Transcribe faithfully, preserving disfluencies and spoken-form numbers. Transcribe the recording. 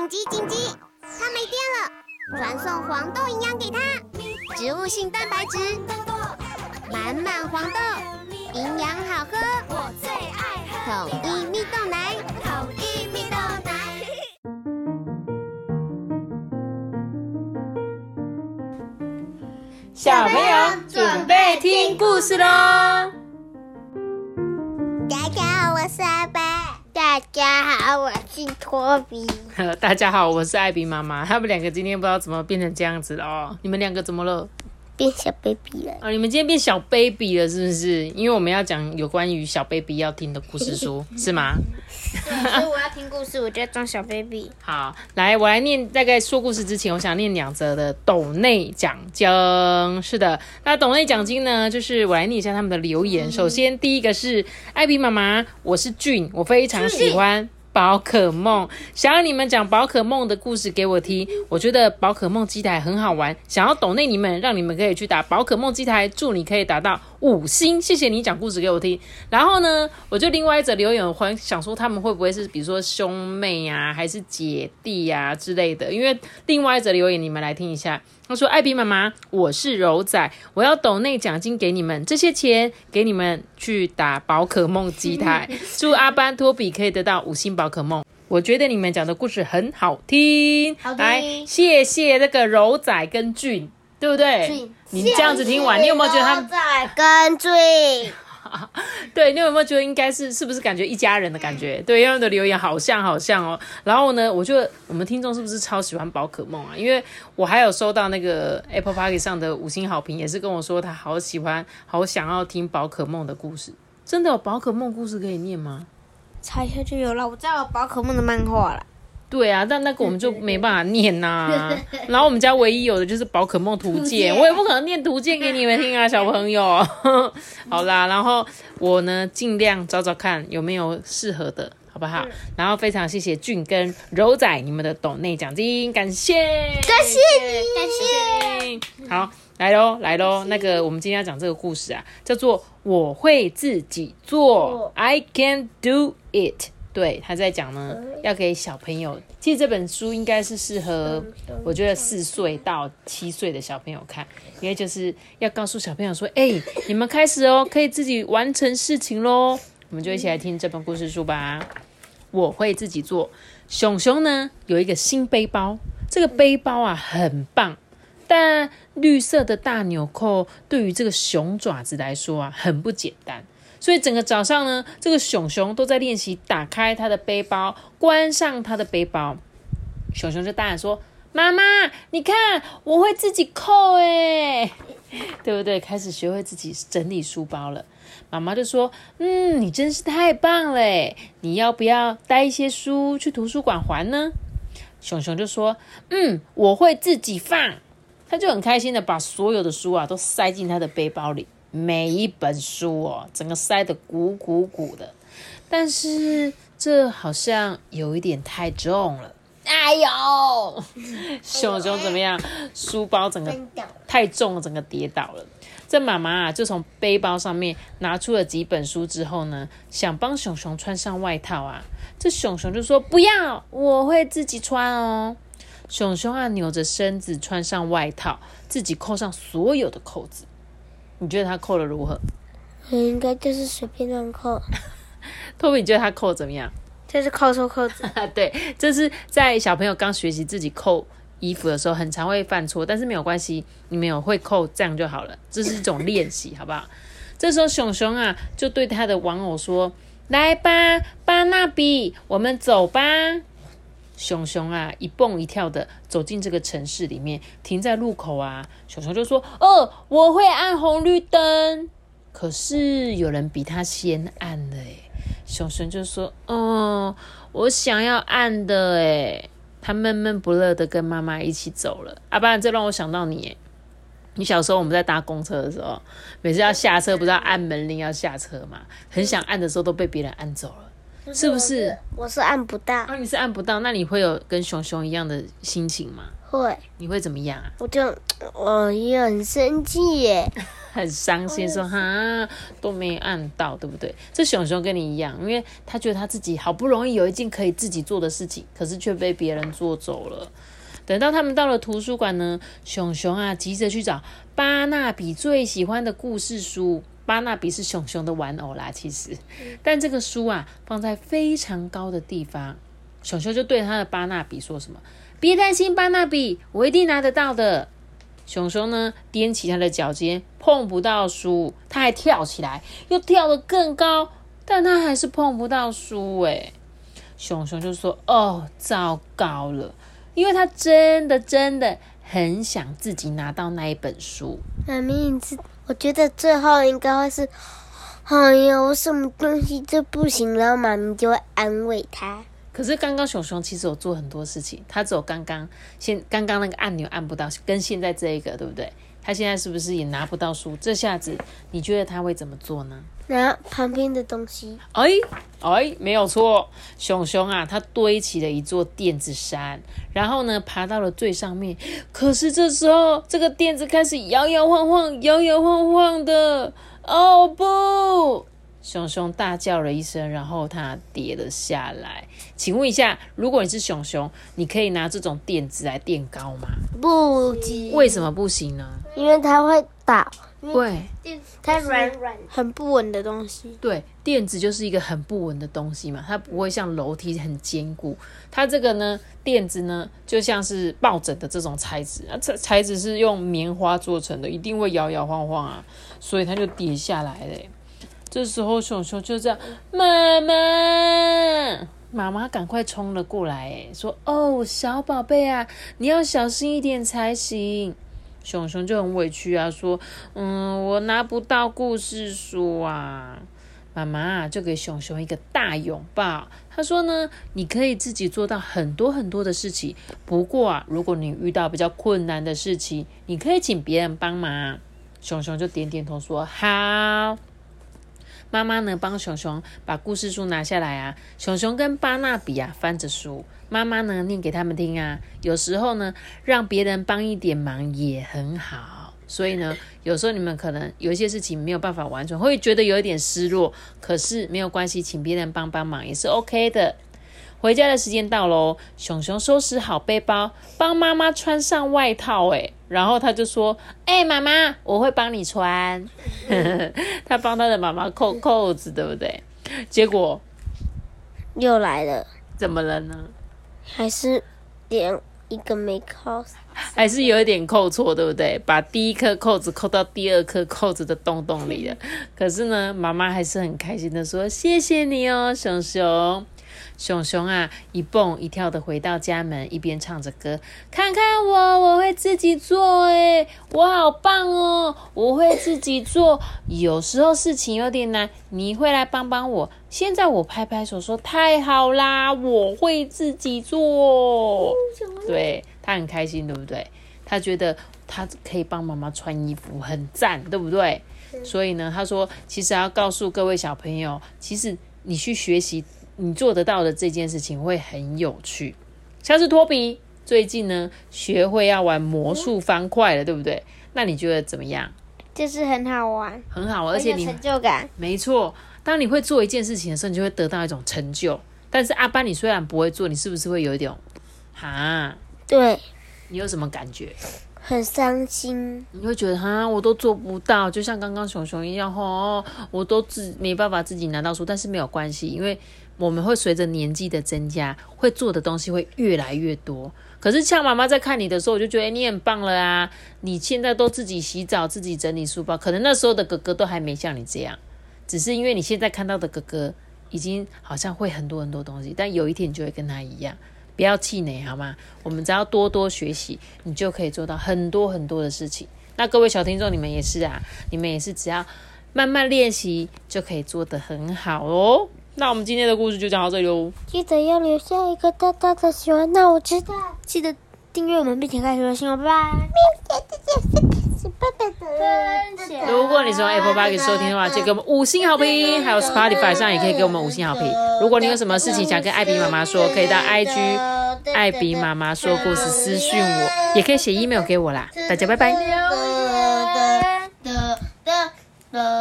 紧急紧急！它没电了，传送黄豆营养给它，植物性蛋白质，满满黄豆，营养好喝，我最爱喝统一蜜豆奶，统一蜜豆奶。 小朋友准备听故事咯！ 大家好，我是阿白。大家好，我是托比。 大家好，我是艾比妈妈。他们两个今天不知道怎么变成这样子了哦。你们两个怎么了？ 变小 baby 了。 哦，你们今天变小 baby 了，是不是？因为我们要讲有关于小 baby 要听的故事书，是吗？ 对，所以我要听故事，我就要装小 baby。 好，来，我来念。大概说故事之前，我想念两则的斗内奖金。是的，那斗内奖金呢，就是我来念一下他们的留言。首先，第一个是艾比妈妈，我是俊，我非常喜欢宝可梦，想要你们讲宝可梦的故事给我听。我觉得宝可梦机台很好玩，想要抖内你们，让你们可以去打宝可梦机台，祝你可以打到五星。谢谢你讲故事给我听。然后呢，我就另外一则留言，我想说他们会不会是比如说兄妹啊，还是姐弟啊之类的？因为另外一则留言你们来听一下。他说：“艾比妈妈，我是柔仔，我要抖内奖金给你们，这些钱给你们去打宝可梦机台，祝阿班托比可以得到五星宝可梦。我觉得你们讲的故事很好听， 好听来谢谢那个柔仔跟俊，对不对？ 俊你这样子听完，你有没有觉得他们柔仔跟俊？ 对，你有没有觉得应该是是不是感觉一家人的感觉？对，他们的留言好像好像哦。然后呢，我觉得我们听众是不是超喜欢宝可梦啊？因为我还有收到那个 Apple Podcast 上的五星好评，也是跟我说他好喜欢，好想要听宝可梦的故事。真的有宝可梦故事可以念吗？ 查一下就有了，我知道有宝可梦的漫画了。 对啊，但那个我们就没办法念呐、啊。然后我们家唯一有的就是宝可梦图鉴，我也不可能念图鉴给你们听啊，小朋友。好啦，然后我呢尽量找找看有没有适合的，好不好？嗯、然后非常谢谢俊跟柔仔你们的抖内奖金，感谢， 感谢你， 感谢。好，来咯来咯那个我们今天要讲这个故事啊，叫做我会自己做 ，I can do it。对，他在讲呢，要给小朋友。其实这本书应该是适合，我觉得四岁到七岁的小朋友看，因为就是要告诉小朋友说，哎、欸，你们开始哦，可以自己完成事情咯。我们就一起来听这本故事书吧。我会自己做。熊熊呢有一个新背包，这个背包啊很棒，但绿色的大纽扣对于这个熊爪子来说啊很不简单。所以整个早上呢，这个熊熊都在练习打开他的背包，关上他的背包。熊熊就大喊说：“妈妈，你看，我会自己扣哎，对不对？”开始学会自己整理书包了。妈妈就说：“嗯，你真是太棒了哎，你要不要带一些书去图书馆还呢？”熊熊就说：“嗯，我会自己放。”他就很开心的把所有的书啊都塞进他的背包里。每一本书哦，整个塞得鼓鼓鼓的，但是这好像有一点太重了。哎呦，熊熊怎么样？书包整个太重了，整个跌倒了。这妈妈啊，就从背包上面拿出了几本书之后呢，想帮熊熊穿上外套啊。这熊熊就说：“不要，我会自己穿哦。”熊熊啊，扭着身子穿上外套，自己扣上所有的扣子。你觉得他扣的如何？ 应该就是随便乱扣。 托比，你觉得他扣怎么样？ 就是扣错扣子。 对，这是在小朋友刚学习自己扣衣服的时候，很常会犯错，但是没有关系，你们有会扣，这样就好了。这是一种练习，好不好？这时候熊熊啊，就对他的玩偶说：“来吧，巴纳比，我们走吧。”熊熊啊，一蹦一跳的走进这个城市里面，停在路口啊。熊熊就说：“哦，我会按红绿灯。”可是有人比他先按了耶。熊熊就说：“哦，我想要按的耶。”他闷闷不乐的跟妈妈一起走了。啊，不然这让我想到你耶。你小时候我们在搭公车的时候，每次要下车不是要按门铃要下车嘛？很想按的时候都被别人按走了。是不是？ 我是按不到。 啊，你是按不到，那你会有跟熊熊一样的心情吗？ 会。 你会怎么样啊？ 我就我也很生气耶。 很伤心，说哈都没按到，对不对？这熊熊跟你一样，因为他觉得他自己好不容易有一件可以自己做的事情，可是却被别人做走了。等到他们到了图书馆呢，熊熊啊急着去找巴纳比最喜欢的故事书。巴纳比是熊熊的玩偶啦，其实，但这个书啊放在非常高的地方，熊熊就对他的巴纳比说什么：“别担心，巴纳比，我一定拿得到的。”熊熊呢踮起他的脚尖，碰不到书，他还跳起来，又跳得更高，但他还是碰不到书诶。熊熊就说：“哦，糟糕了，因为他真的真的很想自己拿到那一本书。” 妈咪，我觉得最后应该会是，哎呀，我什么东西这不行，然后妈咪就会安慰他。 可是刚刚熊熊其实有做很多事情，他只有刚刚现刚刚那个按钮按不到，跟现在这一个对不对？他现在是不是也拿不到书？这下子你觉得他会怎么做呢？ 拿旁边的东西。 哎哎，没有错，熊熊啊，他堆起了一座垫子山，然后呢，爬到了最上面。可是这时候，这个垫子开始摇摇晃晃，摇摇晃晃的。哦不！熊熊大叫了一声，然后他跌了下来。请问一下，如果你是熊熊，你可以拿这种垫子来垫高吗？ 不行。 为什么不行呢？ 因为它会倒。 对， 它软软很不稳的东西。 对，垫子就是一个很不稳的东西嘛，它不会像楼梯很坚固。它这个呢，垫子呢，就像是抱枕的这种材质，啊，这材质是用棉花做成的，一定会摇摇晃晃啊，所以它就跌下来了。这时候熊熊就这样，妈妈，妈妈赶快冲了过来，说：“哦，小宝贝啊，你要小心一点才行。”熊熊就很委屈啊，说：“嗯，我拿不到故事书啊。”妈妈就给熊熊一个大拥抱，她说呢：“你可以自己做到很多很多的事情，不过啊，如果你遇到比较困难的事情，你可以请别人帮忙。”熊熊就点点头说：“好。”妈妈呢帮熊熊把故事书拿下来啊，熊熊跟巴纳比啊翻着书，妈妈呢念给他们听啊。有时候呢让别人帮一点忙也很好，所以呢有时候你们可能有一些事情没有办法完成，会觉得有一点失落，可是没有关系，请别人帮帮忙也是 OK 的。回家的时间到咯，熊熊收拾好背包，帮妈妈穿上外套诶，然后他就说：“哎、欸，妈妈，我会帮你穿。”他帮他的妈妈扣扣子，对不对？结果又来了， 怎么了呢？ 还是连一个没扣， 还是有一点扣错，对不对？把第一颗扣子扣到第二颗扣子的洞洞里了。可是呢，妈妈还是很开心的说：“谢谢你哦，熊熊。”熊熊啊，一蹦一跳的回到家门，一边唱着歌：“看看我，我会自己做，诶，我好棒哦，我会自己做。有时候事情有点难，你会来帮帮我。现在我拍拍手说：太好啦，我会自己做。”对，他很开心，对不对？他觉得他可以帮妈妈穿衣服，很赞，对不对？所以呢，他说，其实要告诉各位小朋友，其实你去学习。你做得到的这件事情会很有趣，像是托比最近呢学会要玩魔术方块了，对不对？那你觉得怎么样？ 就是很好玩， 很好玩，而且你有成就感。 没错，当你会做一件事情的时候，你就会得到一种成就。但是阿班，你虽然不会做，你是不是会有一点哈？ 对， 你有什么感觉？ 很伤心， 你会觉得哈，我都做不到，就像刚刚熊熊一样，吼，我都自没办法自己拿到书，但是没有关系，因为我们会随着年纪的增加，会做的东西会越来越多。可是像妈妈在看你的时候，我就觉得、欸、你很棒了啊！你现在都自己洗澡、自己整理书包，可能那时候的哥哥都还没像你这样，只是因为你现在看到的哥哥已经好像会很多很多东西，但有一天你就会跟他一样。不要气馁好吗？我们只要多多学习，你就可以做到很多很多的事情。那各位小听众，你们也是啊，你们也是只要慢慢练习，就可以做得很好哦。那我们今天的故事就讲到这里喽。 记得要留下一个大大的喜欢，那我知道。记得订阅我们，并且开始新闻，拜拜。 如果你是用 Apple Podcast 收听的话，就给我们五星好评，还有 Spotify 上也可以给我们五星好评。如果你有什么事情想跟艾比妈妈说，可以到 I G 艾比妈妈说故事私讯我，也可以写 email 给我啦。大家拜拜。 的。